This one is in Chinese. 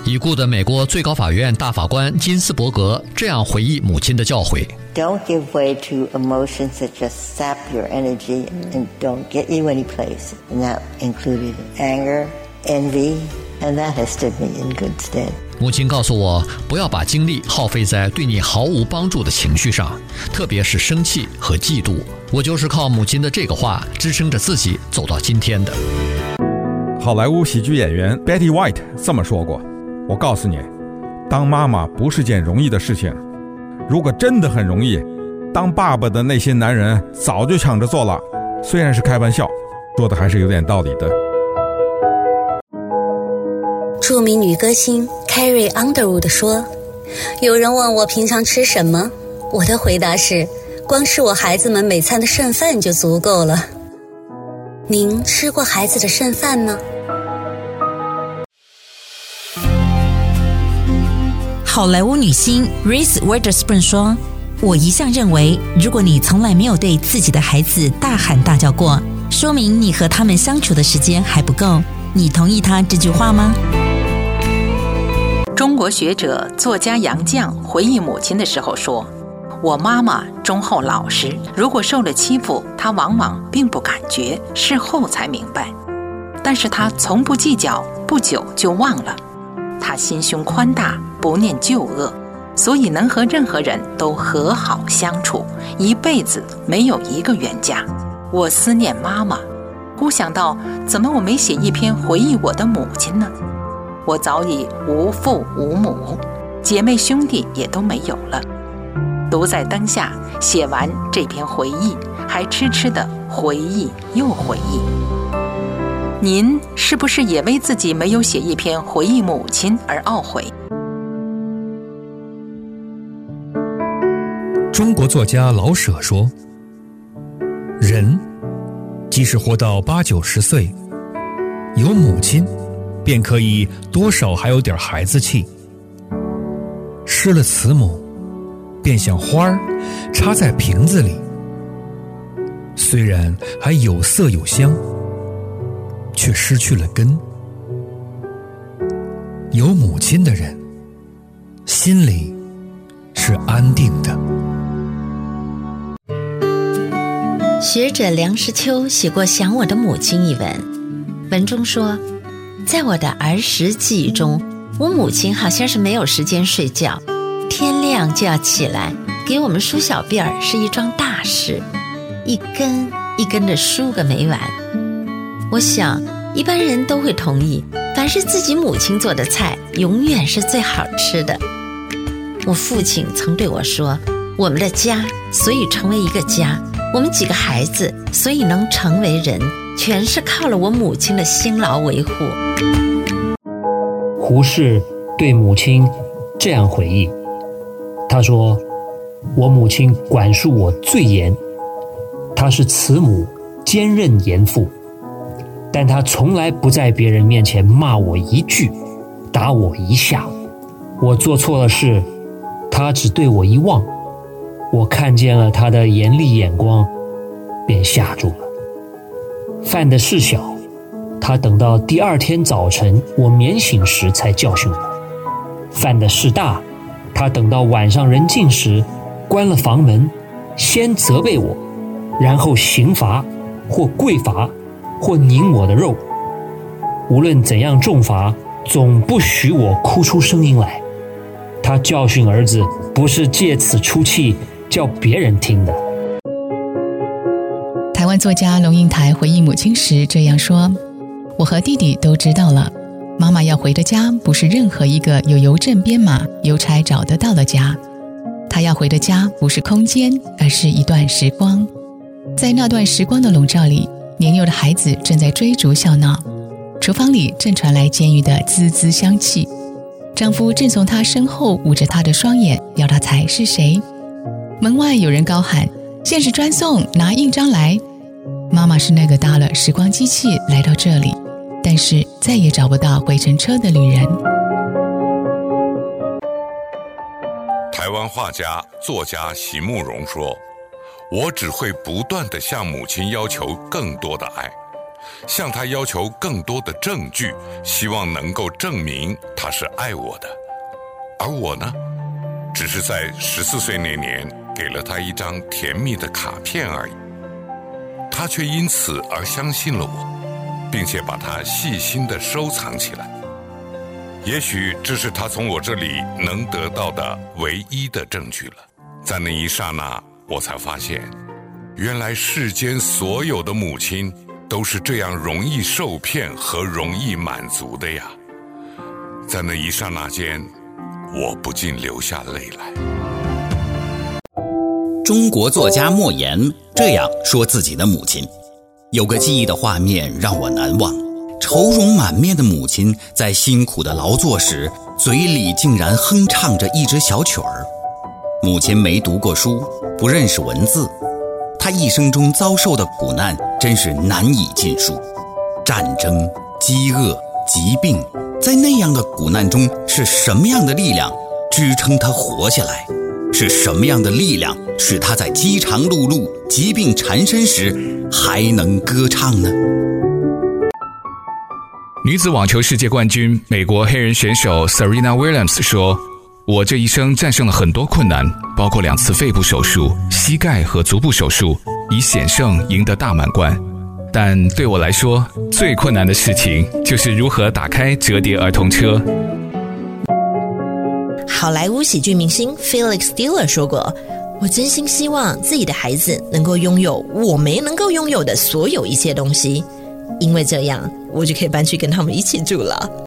已故的美国最高法院大法官金斯伯格这样回忆母亲的教诲 Don't give way to emotions that just sap your energy and don't get you any place. And that included anger, envy, and that has stood me in good stead. 母亲告诉我，不要把精力耗费在对你毫无帮助的情绪上，特别是生气和嫉妒。我就是靠母亲的这个话支撑着自己走到今天的。 好莱坞喜剧演员 Betty White 这么说过，我告诉你，当妈妈不是件容易的事情。如果真的很容易，当爸爸的那些男人早就抢着做了。虽然是开玩笑，说的还是有点道理的。 著名女歌星 Carrie Underwood 说，有人问我平常吃什么，我的回答是，光吃我孩子们每餐的剩饭就足够了。您吃过孩子的剩饭吗？ 好莱坞女星 Reese Witherspoon 说，我一向认为，如果你从来没有对自己的孩子大喊大叫过，说明你和他们相处的时间还不够。你同意她这句话吗？ 中国学者作家杨绛回忆母亲的时候说，我妈妈忠厚老实，如果受了欺负，她往往并不感觉，事后才明白。但是她从不计较，不久就忘了。她心胸宽大，不念旧恶，所以能和任何人都和好相处，一辈子没有一个冤家。我思念妈妈，忽想到，怎么我没写一篇回忆我的母亲呢？我早已无父无母，姐妹兄弟也都没有了。独在灯下写完这篇回忆，还痴痴地回忆又回忆。您是不是也为自己没有写一篇回忆母亲而懊悔？ 中国作家老舍说，人即使活到80、90岁，有母亲便可以多少还有点孩子气。失了慈母，便像花儿插在瓶子里，虽然还有色有香，却失去了根。有母亲的人，心里是安定的。 学者梁实秋写过《想我的母亲》一文，文中说，在我的儿时记忆中，我母亲好像是没有时间睡觉，天亮就要起来给我们梳小辫儿是一桩大事，一根一根的梳个没完。我想一般人都会同意，凡是自己母亲做的菜永远是最好吃的。我父亲曾对我说，我们的家所以成为一个家，我们几个孩子所以能成为人，全是靠了我母亲的辛劳维护。 胡适对母亲这样回忆，他说，我母亲管束我最严，她是慈母，坚韧严父，但她从来不在别人面前骂我一句，打我一下。我做错了事，她只对我一望，我看见了她的严厉眼光，便吓住了。犯的事小，她等到第二天早晨我免醒时才教训我；犯的事大，她等到晚上人静时关了房门，先责备我，然后刑罚，或跪罚，或拧我的肉。无论怎样重罚，总不许我哭出声音来。他教训儿子，不是借此出气叫别人听的。 台湾作家龙应台回忆母亲时这样说，我和弟弟都知道了，妈妈要回的家不是任何一个有邮政编码、邮差找得到的家，她要回的家不是空间，而是一段时光。在那段时光的笼罩里，年幼的孩子正在追逐笑闹，厨房里正传来煎鱼的滋滋香气，丈夫正从她身后捂着她的双眼，要她猜是谁。门外有人高喊，限时专送，拿印章来。妈妈是那个搭了时光机器来到这里，但是再也找不到回程车的旅人。 台湾画家作家席慕容说，我只会不断地向母亲要求更多的爱， 向他要求更多的证据，希望能够证明他是爱我的。而我呢，只是在14岁那年给了他一张甜蜜的卡片而已。他却因此而相信了我，并且把它细心地收藏起来。也许这是他从我这里能得到的唯一的证据了。在那一刹那，我才发现，原来世间所有的母亲都是这样容易受骗和容易满足的呀。在那一刹那间，我不禁流下泪来。 中国作家莫言这样说自己的母亲，有个记忆的画面让我难忘。愁容满面的母亲在辛苦的劳作时，嘴里竟然哼唱着一支小曲儿。母亲没读过书，不认识文字，她一生中遭受的苦难真是难以尽数。战争、饥饿、疾病，在那样的苦难中，是什么样的力量支撑她活下来？是什么样的力量使她在饥肠辘辘、疾病缠身时还能歌唱呢？ 女子网球世界冠军美国黑人选手 Serena Williams 说，我这一生战胜了很多困难，包括2次肺部手术、膝盖和足部手术，以险胜赢得大满贯。但对我来说，最困难的事情就是如何打开折叠儿童车。 好莱坞喜剧明星 Felix Diller 说过，我真心希望自己的孩子能够拥有我没能够拥有的所有一切东西，因为这样我就可以搬去跟他们一起住了。